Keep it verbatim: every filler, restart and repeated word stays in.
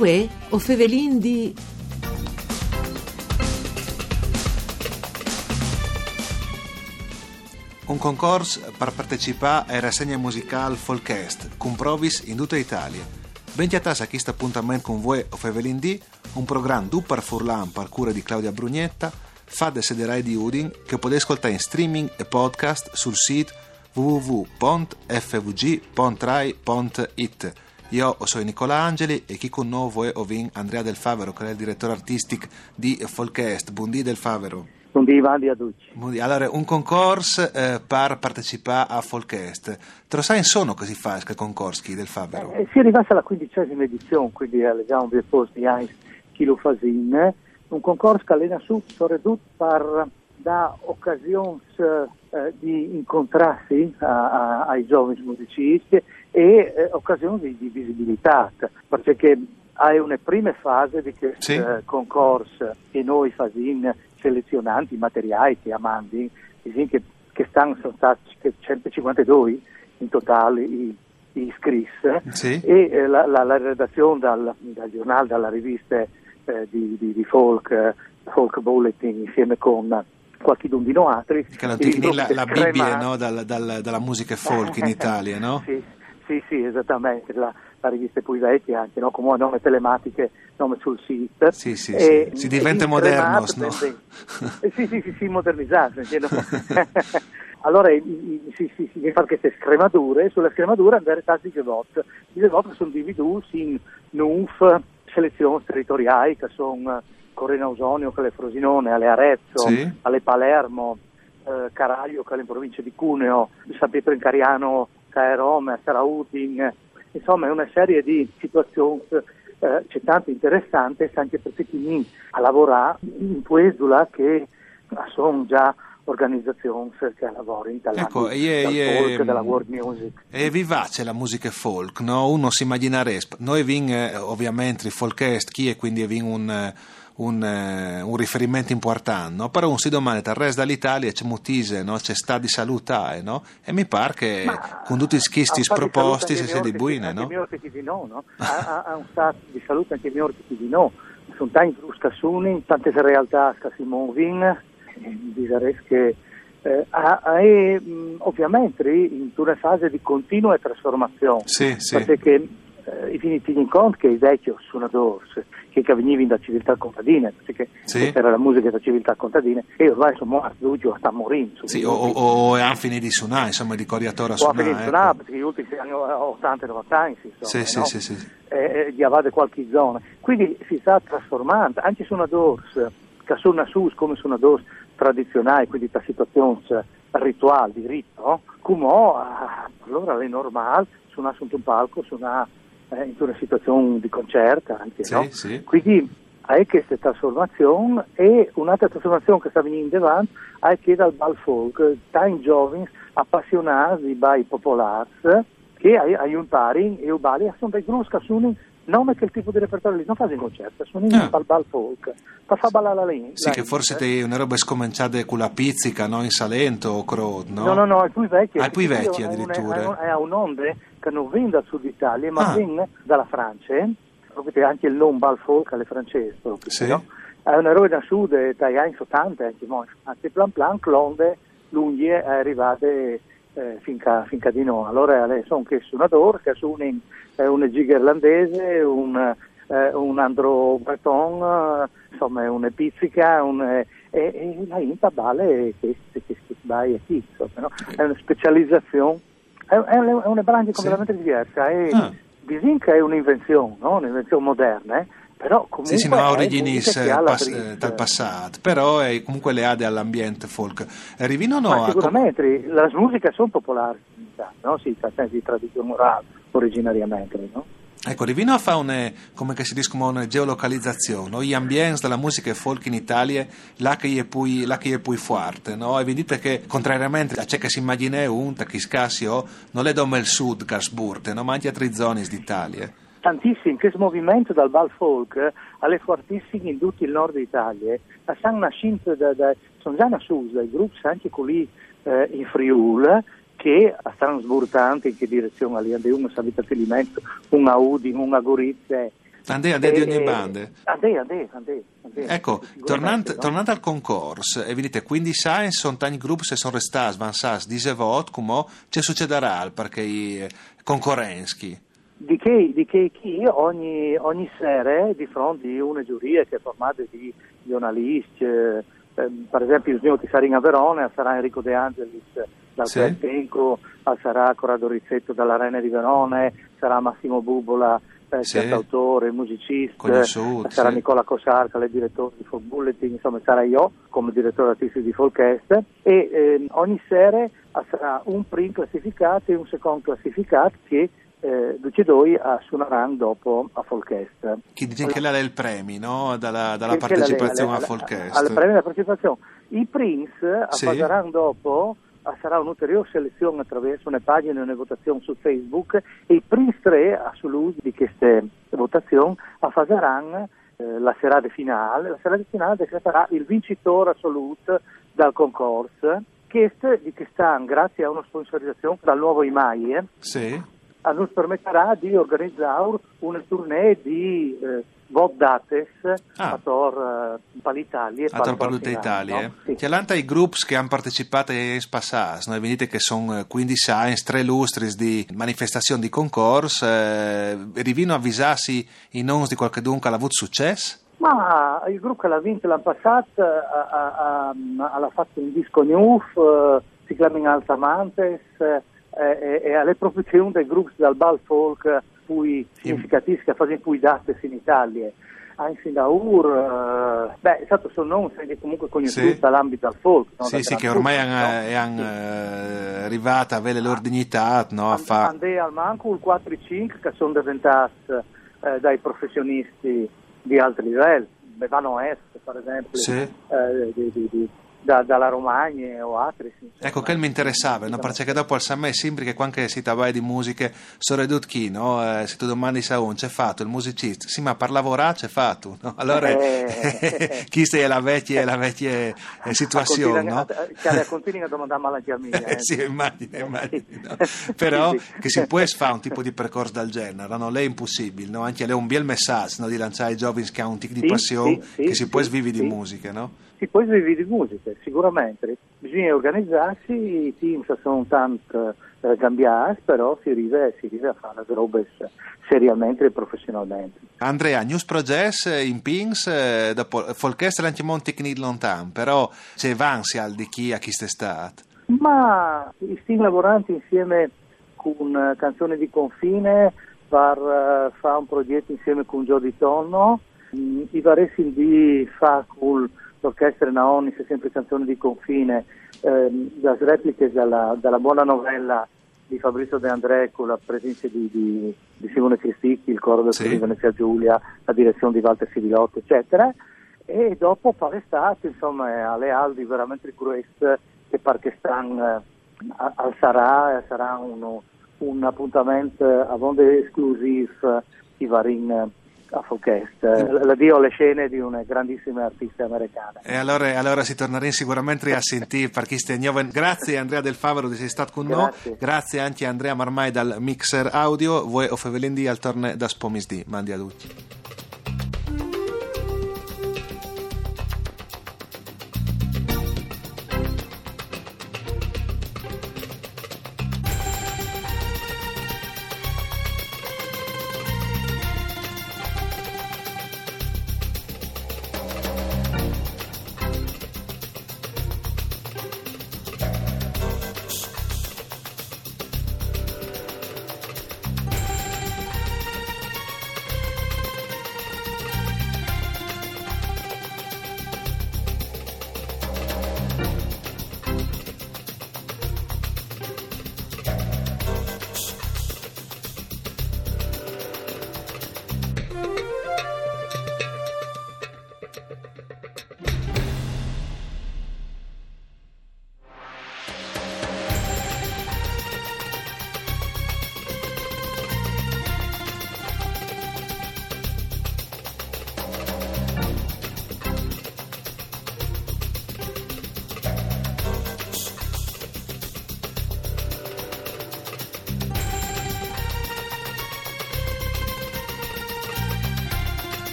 Uè, o Fevelin di... Un concorso per partecipare alla rassegna musicale Folkest, con provis in tutta Italia. Benchiatas a questo appuntamento con voi o Fevelin di, un programma du per Furlan per cura di Claudia Brugnetta, fa de sederai di Udin, che potete ascoltare in streaming e podcast sul sito w w w punto f v g punto rai punto it. Io sono Nicola Angeli e chi con noi è Ovin Andrea Del Favero, che è il direttore artistico di Folkest. Buondì Del Favero. Buondì, Vandi a tutti. Allora, un concorso eh, per partecipare a Folkest. Te lo sai in sono che si fa il concorso del Favero? Eh, si è arrivata alla quindicesima edizione, quindi leggiamo due posti di chi lo fa in. Un concorso che allena su, soprattutto per da occasioni eh, di incontrarsi a, a, ai giovani musicisti e eh, occasioni di, di visibilità, perché hai una prima fase di questo sì. eh, concorso e noi facciamo selezionanti i materiali che amandi, che, che stanno, sono stati centocinquantadue in totale i, i iscritti sì. e eh, la, la, la redazione dal, dal giornale, dalla rivista eh, di, di, di folk, eh, folk Bulletin insieme con qualche dondino altri che lo definì la, la Bibbia no? dal, dal, dalla musica folk in Italia, no? Sì, sì, sì, esattamente, la, la rivista più vecchia anche, no? Come nome telematiche, nome sul sito. Sì, sì, e, sì. Si diventa modernos, no? sì, sì, sì, sì, sì, modernizzato. Allora si, si, si, si fa queste scremature, sulla scrematura andare tanti di voto. I voto sono divisi in N U F, selezioni territoriali che sono Correna Ausonio, che è Frosinone, alle Arezzo, sì. alle Palermo, eh, Caraglio, che è in provincia di Cuneo, San Pietro in Cariano, che è Roma, Saraudin, insomma è una serie di situazioni eh, c'è tanto interessante anche per chi a lavorare in Puesula che sono già organizzazioni che lavorano in Italia, ecco, dal e, folk, e, della world music. È vivace la musica folk, no? Uno si immaginerebbe, noi vin eh, ovviamente il Folkest, chi è quindi vin un... Un, eh, un riferimento importante, no? Però un si domanda dal resto dall'Italia c'è mutise, no? C'è sta di salutare, no? E mi pare che ma, con tutti i schisti proposti si sia di buine, no? Anche i di no, no? ha, ha un stato di salute anche i miei ospiti di no. Sono tanti fruscassuni, tante realtà che si muovono, bisogna che eh, è ovviamente in una fase di continua trasformazione, sì, sì. perché eh, i finiti in conto che i vecchi suonatori che venivano da civiltà contadine, perché sì. era la musica da civiltà contadine, e ormai sono morti, Lucio sta morendo. Sì, o, o è anche di suonare, insomma, di coriatora suonare. O anche di suonare, ecco. perché gli ultimi anni ottanta novanta anni, insomma, sì, no? sì, sì, sì. Eh, di avere qualche zona. Quindi si sta trasformando, anche suonatori che sono su come suonatori tradizionali, quindi da situazioni rituali, di rito, come ah, allora è normale suonare su un palco, suonare in una situazione di concerto anche, sì, no? Sì. Quindi hai questa trasformazione e un'altra trasformazione che sta venendo avanti è che dal bal folk, tanti giovani appassionati dai popolari che aiutano e i balli sono dei gruppi che sono non è che il tipo di repertorio lì non fa in concerto, sono in ah. bal folk per far ballare la lingua. Sì, che forse è una roba scominciata con la pizzica, no? In Salento o Crot, no? No, no, no, è più vecchia. Ah, è più vecchia addirittura. È un'onda che non viene dal sud Italia, ma ah. viene dalla Francia, eh? Proprio anche il nome bal folk alle francesi, proprio, sì. No? È una roba da sud dagli anni ottanta, anche anche plan plan, clonde, lunghi è arrivata eh, finché, finché di no. Allora sono che suonatori, che sono in, eh, un giga irlandese, un, eh, un andro breton, eh, insomma una pizzica, un, eh, e, e la inta vale che si vai e chi, insomma, no? È una specializzazione, è, è, è una branca completamente sì. diversa, e ah. bisogna che è un'invenzione, no? Un'invenzione moderna, eh? Però comunque sì, sì, no, ha origini pas- eh, dal passato, però è comunque le ade all'ambiente folk. Rivino no? Ma sicuramente, com- le musiche sono popolari, no? Sì, di tradizione orale originariamente, no? Ecco, Rivino fa una, come che si dice, come una geolocalizzazione, no? Gli ambienti della musica folk in Italia, là che è poi, là che è poi forte, no? E vedete che, contrariamente a ciò che si immagina un, che scassi o, non è come il sud, che sburte, no? Ma anche altre zone d'Italia. Tantissimo, questo movimento dal bal folk è fortissimo in tutto il nord Italia, stanno nascendo da, da, sono già nascenti dai gruppi anche quelli eh, in Friuli, che stanno sburtando in che direzione lì, uno sa di alimento, un a Udine, un a Gorizia, Andè, andè di ogni bande. Andè, andè, andè. Ecco, tornando, no? tornando al concorso, e vedete, quindi sai, sono tanti gruppi se sono restati, van sas, dise vot, come ci succederà perché i concorrenschi. Di che, di che chi ogni, ogni sera di fronte a una giuria che è formata di giornalisti, eh, per esempio il signor Tisarin a Verona sarà Enrico De Angelis dal sì. Tenco, sarà Corrado Rizzetto dall'Arena di Verona, sarà Massimo Bubola, eh, sì. cantautore, musicista, Sud, sarà sì. Nicola Cosarca, il direttore di Folk Bulletin, insomma sarà io come direttore artistico di Folkest e eh, ogni sera sarà un primo classificato e un secondo classificato che Eh, Luce Doi a suoneranno dopo a Folkest. Chi dice che là è il premio, no? Dalla, dalla Che partecipazione la, a la, Folkest. Al premio della partecipazione. I Prince sì. faranno dopo, sarà un'ulteriore selezione attraverso una pagina e una votazione su Facebook e i Prince tre, a sull'uso di queste votazioni, faranno eh, la serata finale. La serata finale decreterà il vincitore assoluto dal concorso, che di quest'anno, grazie a una sponsorizzazione dal nuovo I M A I, eh, sì. ci permetterà di organizzare una tournée di eh, vot dates ah. a Tor uh, l'Italia. A Tor per l'Italia. No? Sì. C'è l'anta i gruppi che hanno partecipato in passati, no? Vedete che sono quindi science, tre lustri di manifestazioni di concorso, eh, rivino avvisarsi i nomi di qualche dunque ha avuto successo? Ma il gruppo che l'ha vinto l'anno passato ha, ha, ha, ha fatto un disco new, uh, si chiama Altamantes, uh, e, e alle professioni dei gruppi dal bal folk più significativi che fanno più date in Italia. Anzi da Ur, uh, beh, è stato sono non sei comunque conosciuto sì. dall'ambito del folk. No? Sì, da sì, che ormai hanno no? sì. arrivata a avere le loro dignità, no? A fa... Andè al manco il quattro e cinque che sono diventati eh, dai professionisti di altri livelli, Bevano Est per esempio, sì. eh, di, di, di, da, dalla Romagna o altri. Ecco che mi interessava, no? Perché dopo al Sammè sembra che quando si tratta di musiche sono ridotti, no? Eh, se tu domandi a un c'è fatto il musicista, sì ma per lavorare c'è fatto, no? Allora eh, chi è la vecchia, la vecchia eh, situazione, no? Cioè, continui a domandare anche a me. Eh. Sì, immagino, immagino. No? Però che si può fare un tipo di percorso del genere, no? Lei è impossibile, no? Anche lei è un bel messaggio, no? Di lanciare ai giovani che hanno un tic di sì, passione, sì, sì, che si sì, può svivere sì. di musica, no? Si può svivere di musica, sicuramente. Bisogna organizzarsi, i team sono tanto eh, cambiati, però si arriva, si arriva a fare le robe seriamente e professionalmente. Andrea, News Projects in Pings, eh, dopo Folkest anche Monte Knit lontano, però c'è vansia di chi a chi stai stato? Ma i team lavoranti insieme con Canzone di Confine per uh, fare un progetto insieme con Gio Di Tonno, mm, i varessi di fa con l'orchestra Naonis è sempre Canzone di Confine, ehm, le repliche dalla, dalla buona novella di Fabrizio De André con la presenza di, di, di Simone Cristicchi, il coro del sì. di Venezia Giulia, la direzione di Walter Sibilotto, eccetera. E dopo per l'estate, insomma, alle Aldi veramente questo che perché stanno eh, al sarà, sarà uno, un appuntamento a vonde esclusivo di Varin a Folkest, la dio le scene di una grandissima artista americana. E allora, allora si tornerà sicuramente a sentire perché ste nuove. Grazie Andrea Del Favaro di essere stato con noi, grazie anche a Andrea Marmai dal Mixer Audio, voi o Fevelindi al torne da Spomisdi, mandi a tutti.